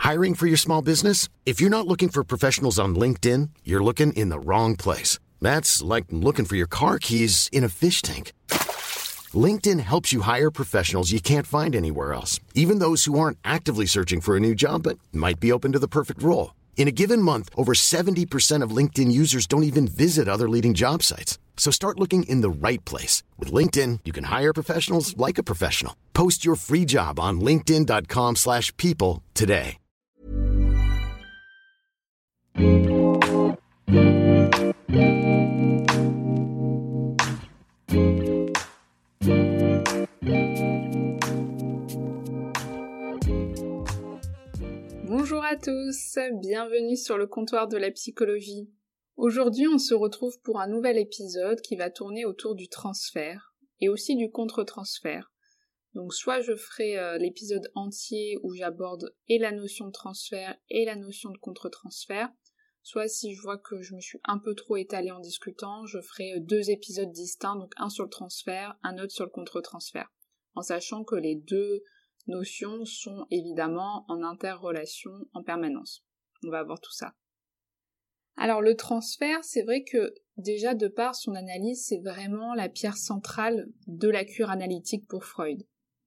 Hiring for your small business? If you're not looking for professionals on LinkedIn, you're looking in the wrong place. That's like looking for your car keys in a fish tank. LinkedIn helps you hire professionals you can't find anywhere else, even those who aren't actively searching for a new job but might be open to the perfect role. In a given month, over 70% of LinkedIn users don't even visit other leading job sites. So start looking in the right place. With LinkedIn, you can hire professionals like a professional. Post your free job on linkedin.com/people today. Bonjour à tous, bienvenue sur le comptoir de la psychologie. Aujourd'hui, on se retrouve pour un nouvel épisode qui va tourner autour du transfert et aussi du contre-transfert. Donc soit je ferai l'épisode entier où j'aborde et la notion de transfert et la notion de contre-transfert, soit si je vois que je me suis un peu trop étalée en discutant, je ferai 2 épisodes distincts, donc un sur le transfert, un autre sur le contre-transfert, en sachant que les deux notions sont évidemment en interrelation en permanence. On va voir tout ça. Alors le transfert, c'est vrai que déjà de par son analyse, c'est vraiment la pierre centrale de la cure analytique pour Freud.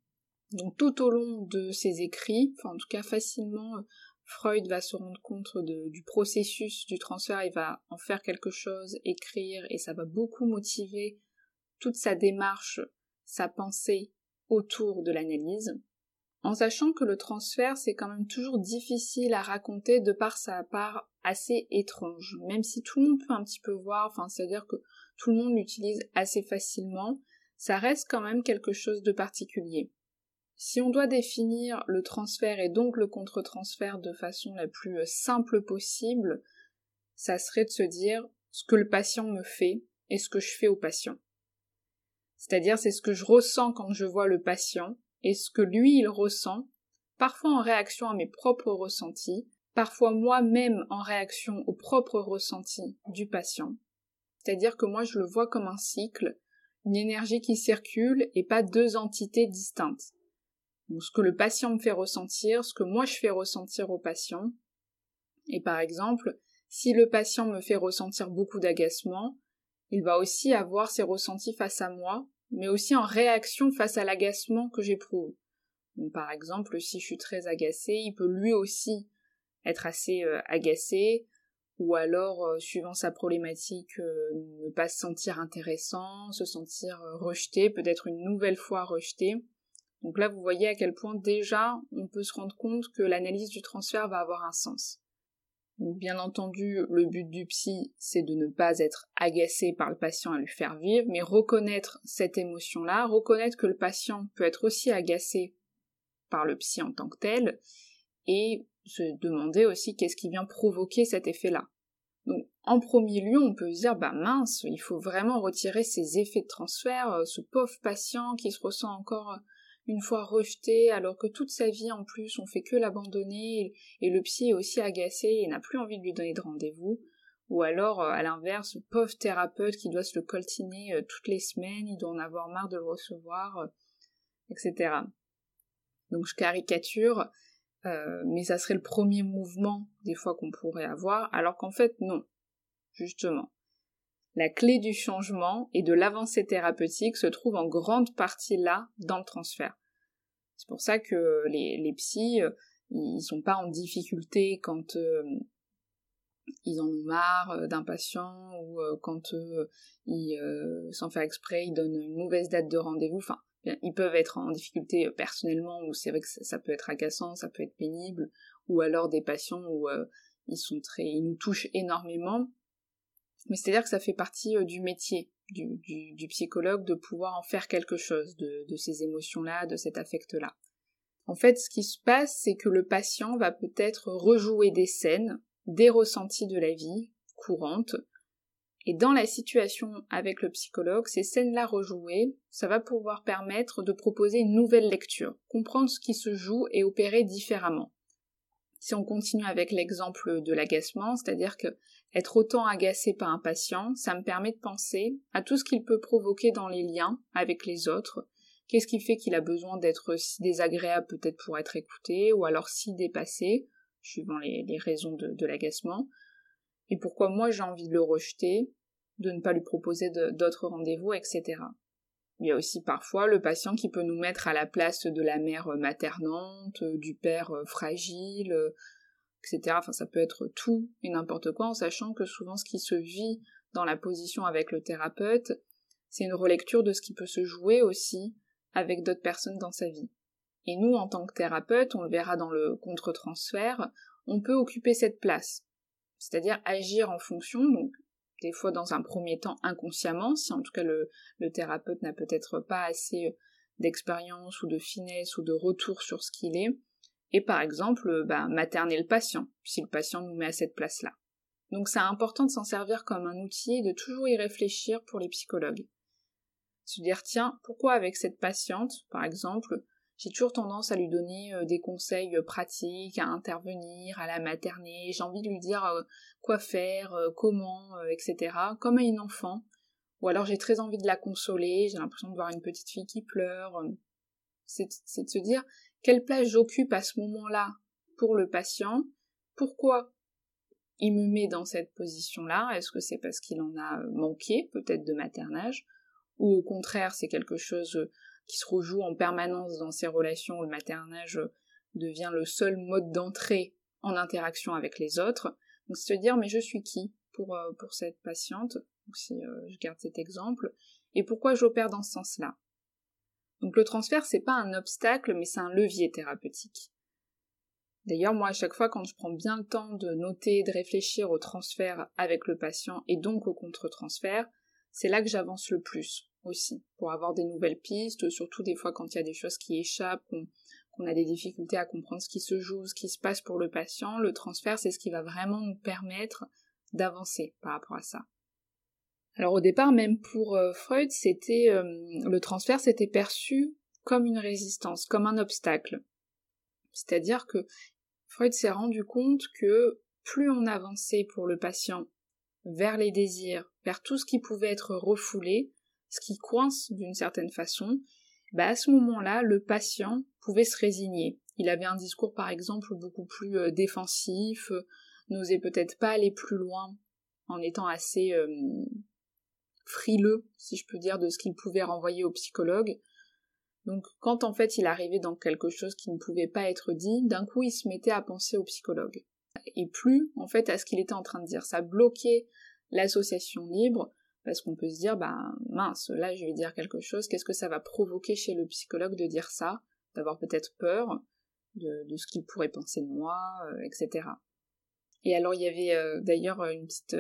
Donc tout au long de ses écrits, enfin en tout cas facilement, Freud va se rendre compte du processus du transfert, il va en faire quelque chose, écrire, et ça va beaucoup motiver toute sa démarche, sa pensée autour de l'analyse. En sachant que le transfert, c'est quand même toujours difficile à raconter de par sa part assez étrange, même si tout le monde peut un petit peu voir, c'est-à-dire que tout le monde l'utilise assez facilement, ça reste quand même quelque chose de particulier. Si on doit définir le transfert et donc le contre-transfert de façon la plus simple possible, ça serait de se dire ce que le patient me fait et ce que je fais au patient. C'est-à-dire c'est ce que je ressens quand je vois le patient, et ce que lui il ressent, parfois en réaction à mes propres ressentis, parfois moi-même en réaction aux propres ressentis du patient. C'est-à-dire que moi je le vois comme un cycle, une énergie qui circule et pas 2 entités distinctes. Donc ce que le patient me fait ressentir, ce que moi je fais ressentir au patient. Et par exemple, si le patient me fait ressentir beaucoup d'agacement, il va aussi avoir ses ressentis face à moi, mais aussi en réaction face à l'agacement que j'éprouve. Donc, par exemple, si je suis très agacée, il peut lui aussi être assez agacé, ou alors, suivant sa problématique, ne pas se sentir intéressant, se sentir rejeté, peut-être une nouvelle fois rejeté. Donc là, vous voyez à quel point déjà, on peut se rendre compte que l'analyse du transfert va avoir un sens. Donc bien entendu, le but du psy, c'est de ne pas être agacé par le patient et lui faire vivre, mais reconnaître cette émotion-là, reconnaître que le patient peut être aussi agacé par le psy en tant que tel, et se demander aussi qu'est-ce qui vient provoquer cet effet-là. Donc en premier lieu, on peut se dire, mince, il faut vraiment retirer ces effets de transfert, ce pauvre patient qui se ressent encore une fois rejeté, alors que toute sa vie en plus on fait que l'abandonner, et le psy est aussi agacé et n'a plus envie de lui donner de rendez-vous, ou alors à l'inverse, le pauvre thérapeute qui doit se le coltiner toutes les semaines, il doit en avoir marre de le recevoir, etc. Donc je caricature, mais ça serait le premier mouvement des fois qu'on pourrait avoir, alors qu'en fait non, justement. La clé du changement et de l'avancée thérapeutique se trouve en grande partie là, dans le transfert. C'est pour ça que les psys, ils sont pas en difficulté quand ils en ont marre d'un patient, ou quand sans faire exprès, ils donnent une mauvaise date de rendez-vous. Enfin, ils peuvent être en difficulté personnellement, où c'est vrai que ça peut être agaçant, ça peut être pénible, ou alors des patients où ils nous touchent énormément. Mais c'est-à-dire que ça fait partie du métier du psychologue de pouvoir en faire quelque chose de ces émotions-là, de cet affect-là. En fait, ce qui se passe, c'est que le patient va peut-être rejouer des scènes, des ressentis de la vie courante, et dans la situation avec le psychologue, ces scènes-là rejouées, ça va pouvoir permettre de proposer une nouvelle lecture, comprendre ce qui se joue et opérer différemment. Si on continue avec l'exemple de l'agacement, c'est-à-dire que être autant agacé par un patient, ça me permet de penser à tout ce qu'il peut provoquer dans les liens avec les autres. Qu'est-ce qui fait qu'il a besoin d'être si désagréable peut-être pour être écouté, ou alors si dépassé, suivant les raisons de l'agacement, et pourquoi moi j'ai envie de le rejeter, de ne pas lui proposer d'autres rendez-vous, etc. Il y a aussi parfois le patient qui peut nous mettre à la place de la mère maternante, du père fragile, etc. Enfin, ça peut être tout et n'importe quoi, en sachant que souvent ce qui se vit dans la position avec le thérapeute, c'est une relecture de ce qui peut se jouer aussi avec d'autres personnes dans sa vie. Et nous, en tant que thérapeute, on le verra dans le contre-transfert, on peut occuper cette place, c'est-à-dire agir en fonction, donc des fois dans un premier temps inconsciemment, si en tout cas le thérapeute n'a peut-être pas assez d'expérience ou de finesse ou de retour sur ce qu'il est, et par exemple materner le patient, si le patient nous met à cette place-là. Donc c'est important de s'en servir comme un outil et de toujours y réfléchir pour les psychologues. Se dire, tiens, pourquoi avec cette patiente, par exemple, j'ai toujours tendance à lui donner des conseils pratiques, à intervenir, à la materner, j'ai envie de lui dire quoi faire, comment, etc., comme à une enfant, ou alors j'ai très envie de la consoler, j'ai l'impression de voir une petite fille qui pleure. C'est de se dire, quelle place j'occupe à ce moment-là pour le patient, pourquoi il me met dans cette position-là, est-ce que c'est parce qu'il en a manqué, peut-être de maternage, ou au contraire c'est quelque chose qui se rejoue en permanence dans ces relations où le maternage devient le seul mode d'entrée en interaction avec les autres. Donc c'est se dire, mais je suis qui pour cette patiente, donc si je garde cet exemple, et pourquoi j'opère dans ce sens-là. Donc le transfert, c'est pas un obstacle, mais c'est un levier thérapeutique. D'ailleurs, moi, à chaque fois, quand je prends bien le temps de noter, de réfléchir au transfert avec le patient et donc au contre-transfert, c'est là que j'avance le plus aussi, pour avoir des nouvelles pistes, surtout des fois quand il y a des choses qui échappent, qu'on a des difficultés à comprendre ce qui se joue, ce qui se passe pour le patient. Le transfert, c'est ce qui va vraiment nous permettre d'avancer par rapport à ça. Alors au départ, même pour Freud, le transfert s'était perçu comme une résistance, comme un obstacle. C'est-à-dire que Freud s'est rendu compte que plus on avançait pour le patient vers les désirs, vers tout ce qui pouvait être refoulé, ce qui coince d'une certaine façon, à ce moment-là, le patient pouvait se résigner. Il avait un discours par exemple beaucoup plus défensif, n'osait peut-être pas aller plus loin en étant assez frileux, si je peux dire, de ce qu'il pouvait renvoyer au psychologue. Donc quand en fait il arrivait dans quelque chose qui ne pouvait pas être dit, d'un coup il se mettait à penser au psychologue. Et plus en fait à ce qu'il était en train de dire. Ça bloquait l'association libre, parce qu'on peut se dire, mince, là je vais dire quelque chose, qu'est-ce que ça va provoquer chez le psychologue de dire ça, d'avoir peut-être peur de ce qu'il pourrait penser de moi, etc. Et alors il y avait d'ailleurs une petite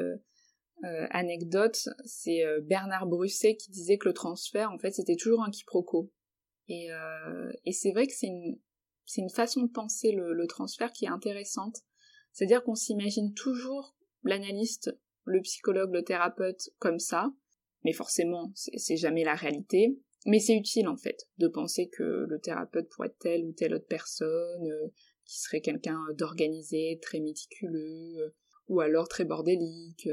anecdote, c'est Bernard Brusset qui disait que le transfert, en fait, c'était toujours un quiproquo. Et c'est vrai que c'est une façon de penser le transfert qui est intéressante. C'est-à-dire qu'on s'imagine toujours l'analyste, le psychologue, le thérapeute comme ça, mais forcément, c'est jamais la réalité. Mais c'est utile, en fait, de penser que le thérapeute pourrait être telle ou telle autre personne, qui serait quelqu'un d'organisé, très méticuleux, ou alors très bordélique,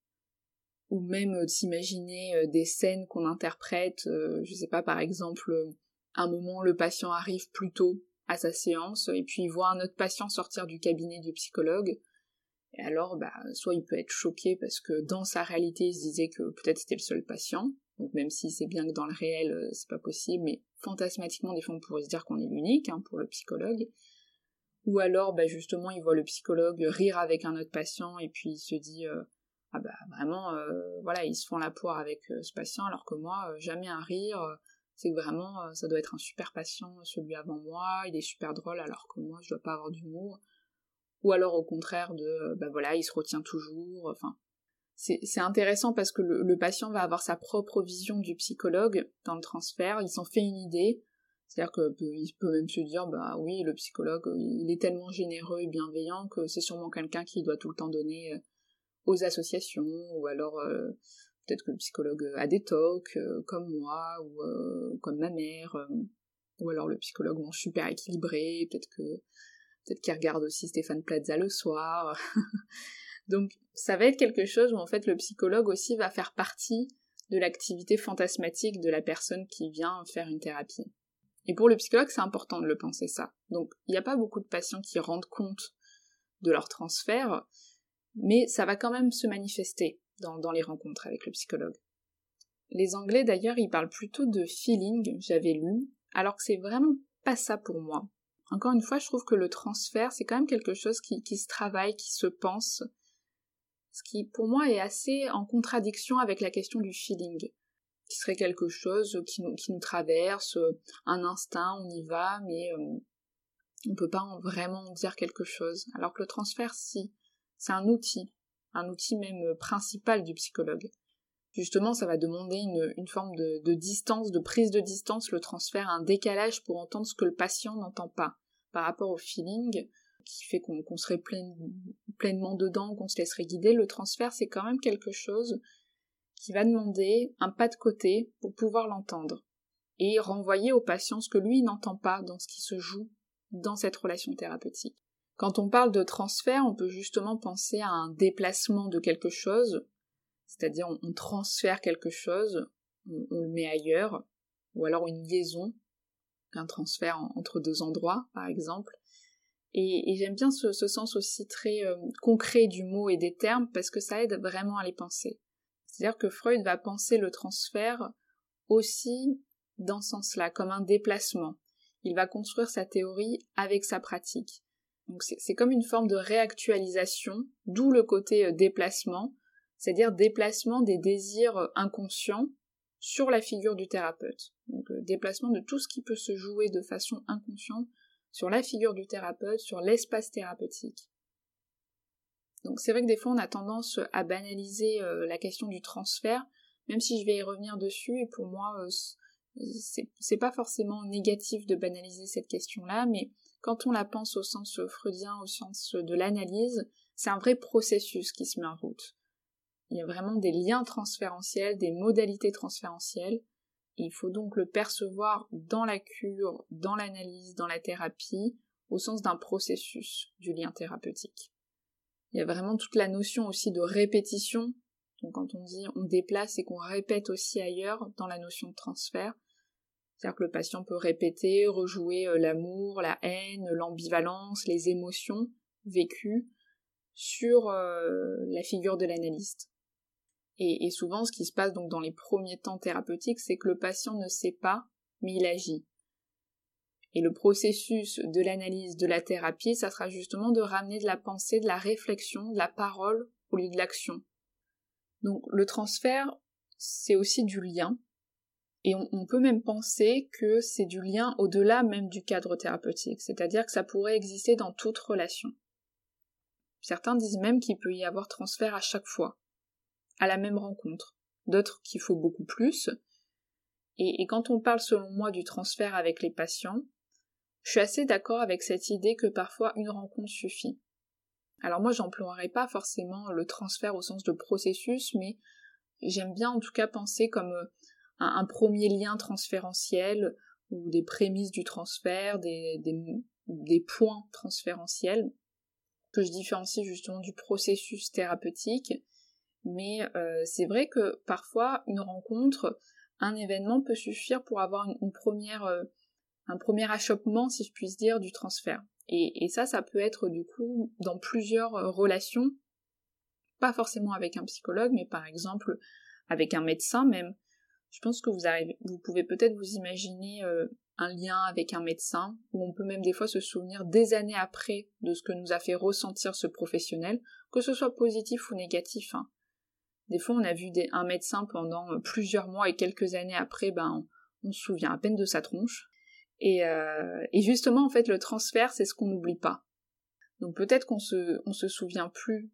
ou même s'imaginer des scènes qu'on interprète, je sais pas, par exemple, un moment le patient arrive plus tôt à sa séance, et puis il voit un autre patient sortir du cabinet du psychologue, et alors soit il peut être choqué parce que dans sa réalité il se disait que peut-être c'était le seul patient, donc même si c'est bien que dans le réel c'est pas possible, mais fantasmatiquement des fois on pourrait se dire qu'on est l'unique pour le psychologue, ou alors justement il voit le psychologue rire avec un autre patient et puis il se dit vraiment voilà, ils se font la poire avec ce patient, alors que moi jamais un rire, c'est que vraiment ça doit être un super patient celui avant moi, il est super drôle alors que moi je dois pas avoir d'humour, ou alors au contraire voilà, il se retient toujours, enfin c'est intéressant parce que le patient va avoir sa propre vision du psychologue dans le transfert, il s'en fait une idée, c'est-à-dire qu'il peut même se dire oui, le psychologue il est tellement généreux et bienveillant que c'est sûrement quelqu'un qui doit tout le temps donner aux associations, ou alors peut-être que le psychologue a des tocs comme moi, ou comme ma mère, ou alors le psychologue mange super équilibré, peut-être qu'il regarde aussi Stéphane Plaza le soir. Donc ça va être quelque chose où en fait le psychologue aussi va faire partie de l'activité fantasmatique de la personne qui vient faire une thérapie. Et pour le psychologue, c'est important de le penser ça. Donc il n'y a pas beaucoup de patients qui rendent compte de leur transfert, mais ça va quand même se manifester dans les rencontres avec le psychologue. Les Anglais d'ailleurs, ils parlent plutôt de feeling, j'avais lu, alors que c'est vraiment pas ça pour moi. Encore une fois, je trouve que le transfert, c'est quand même quelque chose qui se travaille, qui se pense, ce qui pour moi est assez en contradiction avec la question du feeling, qui serait quelque chose qui nous traverse, un instinct, on y va, mais on peut pas vraiment en dire quelque chose. Alors que le transfert, si, c'est un outil même principal du psychologue. Justement, ça va demander une forme de distance, de prise de distance, le transfert, un décalage pour entendre ce que le patient n'entend pas, par rapport au feeling, qui fait qu'on serait pleinement dedans, qu'on se laisserait guider. Le transfert, c'est quand même quelque chose qui va demander un pas de côté pour pouvoir l'entendre, et renvoyer au patient ce que lui n'entend pas dans ce qui se joue dans cette relation thérapeutique. Quand on parle de transfert, on peut justement penser à un déplacement de quelque chose, c'est-à-dire on transfère quelque chose, on le met ailleurs, ou alors une liaison, un transfert entre deux endroits, par exemple. Et j'aime bien ce sens aussi très concret du mot et des termes, parce que ça aide vraiment à les penser. C'est-à-dire que Freud va penser le transfert aussi dans ce sens-là, comme un déplacement. Il va construire sa théorie avec sa pratique. Donc c'est comme une forme de réactualisation, d'où le côté déplacement, c'est-à-dire déplacement des désirs inconscients sur la figure du thérapeute. Donc déplacement de tout ce qui peut se jouer de façon inconsciente sur la figure du thérapeute, sur l'espace thérapeutique. Donc c'est vrai que des fois on a tendance à banaliser la question du transfert, même si je vais y revenir dessus, et pour moi c'est pas forcément négatif de banaliser cette question-là, mais quand on la pense au sens freudien, au sens de l'analyse, c'est un vrai processus qui se met en route. Il y a vraiment des liens transférentiels, des modalités transférentielles, et il faut donc le percevoir dans la cure, dans l'analyse, dans la thérapie, au sens d'un processus du lien thérapeutique. Il y a vraiment toute la notion aussi de répétition, donc quand on dit on déplace et qu'on répète aussi ailleurs dans la notion de transfert, c'est-à-dire que le patient peut répéter, rejouer l'amour, la haine, l'ambivalence, les émotions vécues sur la figure de l'analyste. Et souvent, ce qui se passe donc dans les premiers temps thérapeutiques, c'est que le patient ne sait pas, mais il agit. Et le processus de l'analyse, de la thérapie, ça sera justement de ramener de la pensée, de la réflexion, de la parole au lieu de l'action. Donc le transfert, c'est aussi du lien. Et on peut même penser que c'est du lien au-delà même du cadre thérapeutique, c'est-à-dire que ça pourrait exister dans toute relation. Certains disent même qu'il peut y avoir transfert à chaque fois, à la même rencontre. D'autres qu'il faut beaucoup plus. Et quand on parle selon moi du transfert avec les patients, je suis assez d'accord avec cette idée que parfois une rencontre suffit. Alors moi j'emploierai pas forcément le transfert au sens de processus, mais j'aime bien en tout cas penser comme un premier lien transférentiel, ou des prémices du transfert, des points transférentiels, que je différencie justement du processus thérapeutique. Mais c'est vrai que parfois une rencontre, un événement peut suffire pour avoir un premier achoppement, si je puis dire, du transfert. Et ça peut être du coup dans plusieurs relations, pas forcément avec un psychologue, mais par exemple avec un médecin même. Je pense que vous pouvez peut-être vous imaginer un lien avec un médecin, où on peut même des fois se souvenir des années après de ce que nous a fait ressentir ce professionnel, que ce soit positif ou négatif. Des fois on a vu un médecin pendant plusieurs mois, et quelques années après, on se souvient à peine de sa tronche. Et justement, en fait, le transfert, c'est ce qu'on n'oublie pas. Donc peut-être qu'on se souvient plus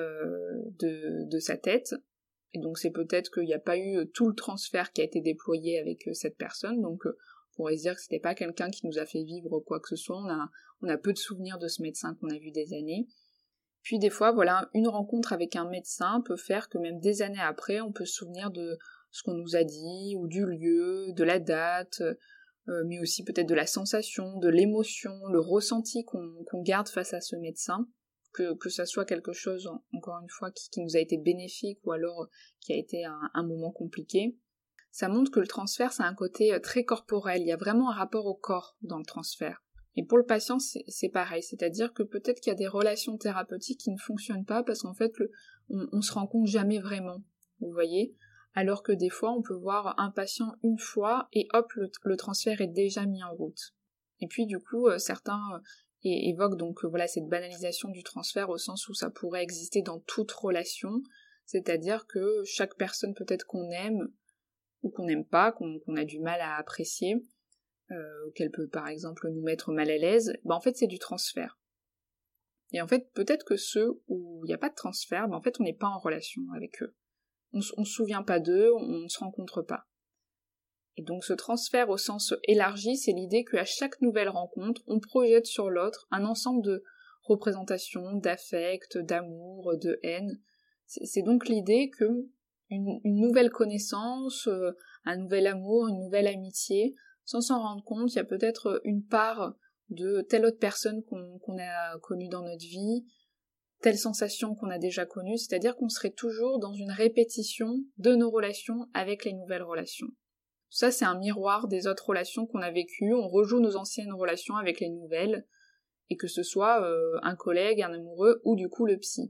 de sa tête, et donc c'est peut-être qu'il n'y a pas eu tout le transfert qui a été déployé avec cette personne, donc on pourrait se dire que c'était pas quelqu'un qui nous a fait vivre quoi que ce soit, on a peu de souvenirs de ce médecin qu'on a vu des années. Puis des fois, voilà, une rencontre avec un médecin peut faire que même des années après, on peut se souvenir de ce qu'on nous a dit, ou du lieu, de la date, mais aussi peut-être de la sensation, de l'émotion, le ressenti qu'on garde face à ce médecin, que ça soit quelque chose, encore une fois, qui nous a été bénéfique, ou alors qui a été un moment compliqué. Ça montre que le transfert, c'est un côté très corporel, il y a vraiment un rapport au corps dans le transfert. Et pour le patient, c'est pareil, c'est-à-dire que peut-être qu'il y a des relations thérapeutiques qui ne fonctionnent pas parce qu'en fait, on se rend compte jamais vraiment, vous voyez, alors que des fois, on peut voir un patient une fois et hop, le transfert est déjà mis en route. Et puis du coup, certains évoquent donc cette banalisation du transfert au sens où ça pourrait exister dans toute relation, c'est-à-dire que chaque personne peut-être qu'on aime ou qu'on n'aime pas, qu'on a du mal à apprécier, qu'elle peut par exemple nous mettre mal à l'aise, en fait c'est du transfert. Et en fait peut-être que ceux où il n'y a pas de transfert, en fait on n'est pas en relation avec eux. On se souvient pas d'eux, on ne se rencontre pas. Et donc ce transfert au sens élargi, c'est l'idée qu'à chaque nouvelle rencontre, on projette sur l'autre un ensemble de représentations, d'affect, d'amour, de haine. C'est donc l'idée que une nouvelle connaissance, un nouvel amour, une nouvelle amitié, sans s'en rendre compte, il y a peut-être une part de telle autre personne qu'on a connue dans notre vie, telle sensation qu'on a déjà connue, c'est-à-dire qu'on serait toujours dans une répétition de nos relations avec les nouvelles relations. Ça, c'est un miroir des autres relations qu'on a vécues, on rejoue nos anciennes relations avec les nouvelles, et que ce soit un collègue, un amoureux, ou du coup le psy.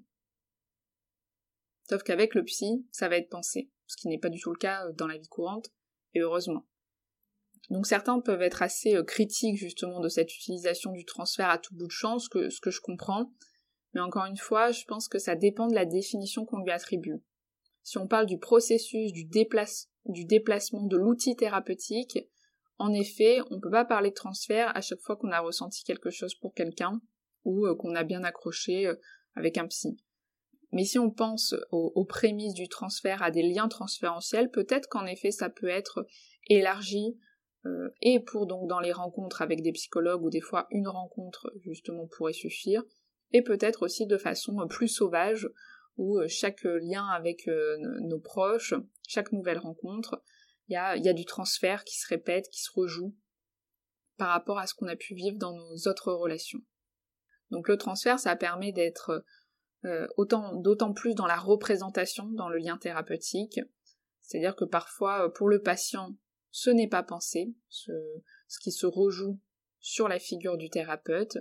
Sauf qu'avec le psy, ça va être pensé, ce qui n'est pas du tout le cas dans la vie courante, et heureusement. Donc certains peuvent être assez critiques justement de cette utilisation du transfert à tout bout de champ, ce que je comprends, mais encore une fois, je pense que ça dépend de la définition qu'on lui attribue. Si on parle du processus, du déplacement de l'outil thérapeutique, en effet, on ne peut pas parler de transfert à chaque fois qu'on a ressenti quelque chose pour quelqu'un, ou qu'on a bien accroché avec un psy. Mais si on pense aux prémices du transfert, à des liens transférentiels, peut-être qu'en effet ça peut être élargi, et pour donc dans les rencontres avec des psychologues, ou des fois une rencontre justement pourrait suffire, et peut-être aussi de façon plus sauvage, où chaque lien avec nos proches, chaque nouvelle rencontre, il y a du transfert qui se répète, qui se rejoue par rapport à ce qu'on a pu vivre dans nos autres relations. Donc le transfert, ça permet d'être d'autant plus dans la représentation, dans le lien thérapeutique, c'est-à-dire que parfois, pour le patient, ce n'est pas pensé, ce qui se rejoue sur la figure du thérapeute,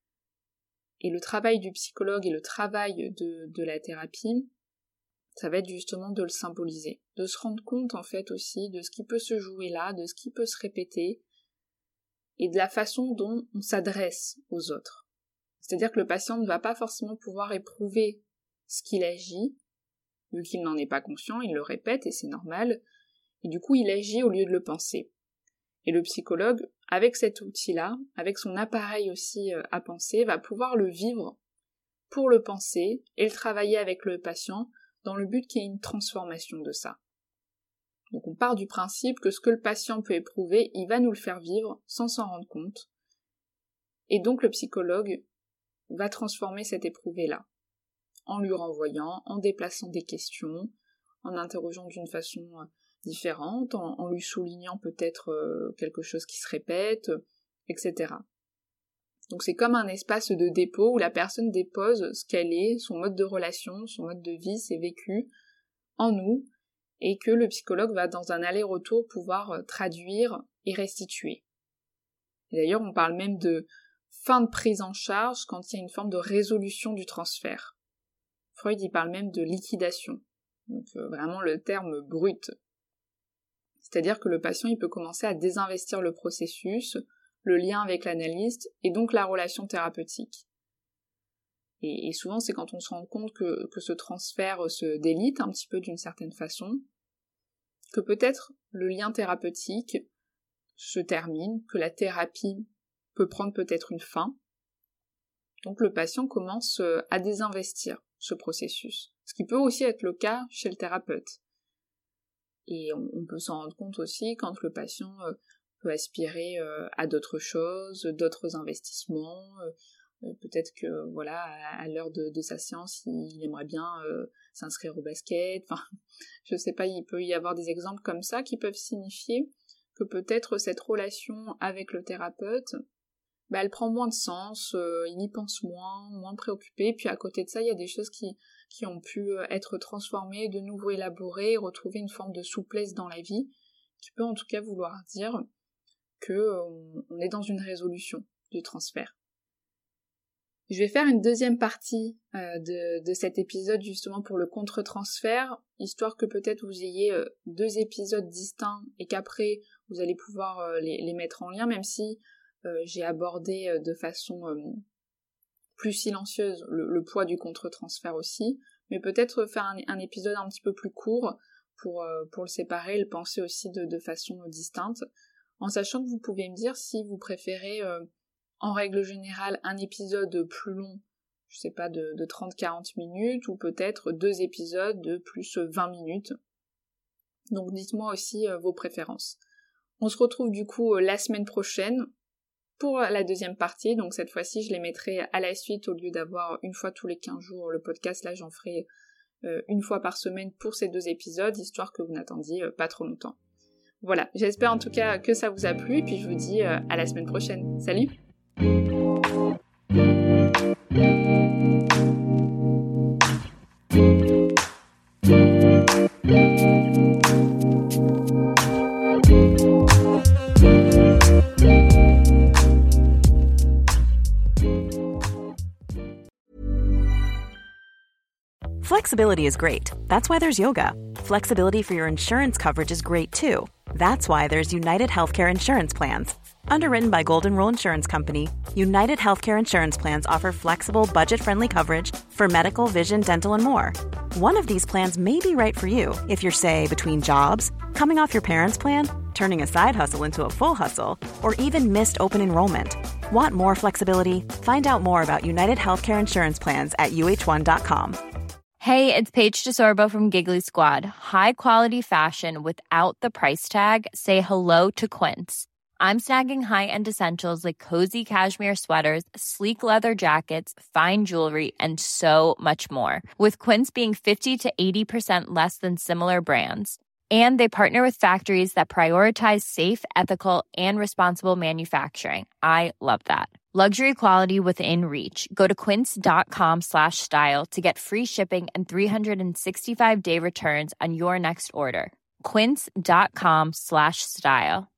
et le travail du psychologue et le travail de la thérapie, ça va être justement de le symboliser, de se rendre compte en fait aussi de ce qui peut se jouer là, de ce qui peut se répéter, et de la façon dont on s'adresse aux autres. C'est-à-dire que le patient ne va pas forcément pouvoir éprouver ce qu'il agit, vu qu'il n'en est pas conscient, il le répète et c'est normal, et du coup il agit au lieu de le penser. Et le psychologue, avec cet outil-là, avec son appareil aussi à penser, va pouvoir le vivre pour le penser et le travailler avec le patient dans le but qu'il y ait une transformation de ça. Donc on part du principe que ce que le patient peut éprouver, il va nous le faire vivre sans s'en rendre compte. Et donc le psychologue va transformer cet éprouvé-là, en lui renvoyant, en déplaçant des questions, en interrogeant d'une façon différente, en lui soulignant peut-être quelque chose qui se répète, etc. Donc c'est comme un espace de dépôt où la personne dépose ce qu'elle est, son mode de relation, son mode de vie, ses vécus, en nous, et que le psychologue va dans un aller-retour pouvoir traduire et restituer. Et d'ailleurs, on parle même de fin de prise en charge quand il y a une forme de résolution du transfert. Freud y parle même de liquidation, donc vraiment le terme brut. C'est-à-dire que le patient il peut commencer à désinvestir le processus, le lien avec l'analyste, et donc la relation thérapeutique. Et souvent c'est quand on se rend compte que ce transfert se délite un petit peu d'une certaine façon, que peut-être le lien thérapeutique se termine, que la thérapie peut prendre peut-être une fin. Donc le patient commence à désinvestir ce processus, ce qui peut aussi être le cas chez le thérapeute. Et on peut s'en rendre compte aussi quand le patient peut aspirer à d'autres choses, d'autres investissements, peut-être que voilà, à l'heure de sa séance, il aimerait bien s'inscrire au basket, enfin, je sais pas, il peut y avoir des exemples comme ça qui peuvent signifier que peut-être cette relation avec le thérapeute, elle prend moins de sens, il y pense moins préoccupé, puis à côté de ça, il y a des choses qui ont pu être transformées, de nouveau élaborées, retrouver une forme de souplesse dans la vie, qui peut en tout cas vouloir dire que on est dans une résolution, du transfert. Je vais faire une deuxième partie de cet épisode justement pour le contre-transfert, histoire que peut-être vous ayez 2 épisodes distincts et qu'après vous allez pouvoir les mettre en lien, même si j'ai abordé de façon plus silencieuse le poids du contre-transfert aussi, mais peut-être faire un épisode un petit peu plus court pour le séparer et le penser aussi de façon distincte, en sachant que vous pouvez me dire si vous préférez en règle générale un épisode plus long, je sais pas, de 30-40 minutes, ou peut-être 2 épisodes de plus 20 minutes. Donc dites-moi aussi vos préférences. On se retrouve du coup la semaine prochaine pour la deuxième partie, donc cette fois-ci je les mettrai à la suite au lieu d'avoir une fois tous les 15 jours le podcast, là j'en ferai une fois par semaine pour ces 2 épisodes, histoire que vous n'attendiez pas trop longtemps. Voilà, j'espère en tout cas que ça vous a plu, et puis je vous dis à la semaine prochaine. Salut! Flexibility is great. That's why there's yoga. Flexibility for your insurance coverage is great too. That's why there's United Healthcare Insurance Plans. Underwritten by Golden Rule Insurance Company, United Healthcare Insurance Plans offer flexible, budget-friendly coverage for medical, vision, dental, and more. One of these plans may be right for you if you're, say, between jobs, coming off your parents' plan, turning a side hustle into a full hustle, or even missed open enrollment. Want more flexibility? Find out more about United Healthcare Insurance Plans at uh1.com. Hey, it's Paige DeSorbo from Giggly Squad. High quality fashion without the price tag. Say hello to Quince. I'm snagging high-end essentials like cozy cashmere sweaters, sleek leather jackets, fine jewelry, and so much more. With Quince being 50 to 80% less than similar brands. And they partner with factories that prioritize safe, ethical, and responsible manufacturing. I love that. Luxury quality within reach. Go to quince.com/style to get free shipping and 365-day returns on your next order. Quince.com/style.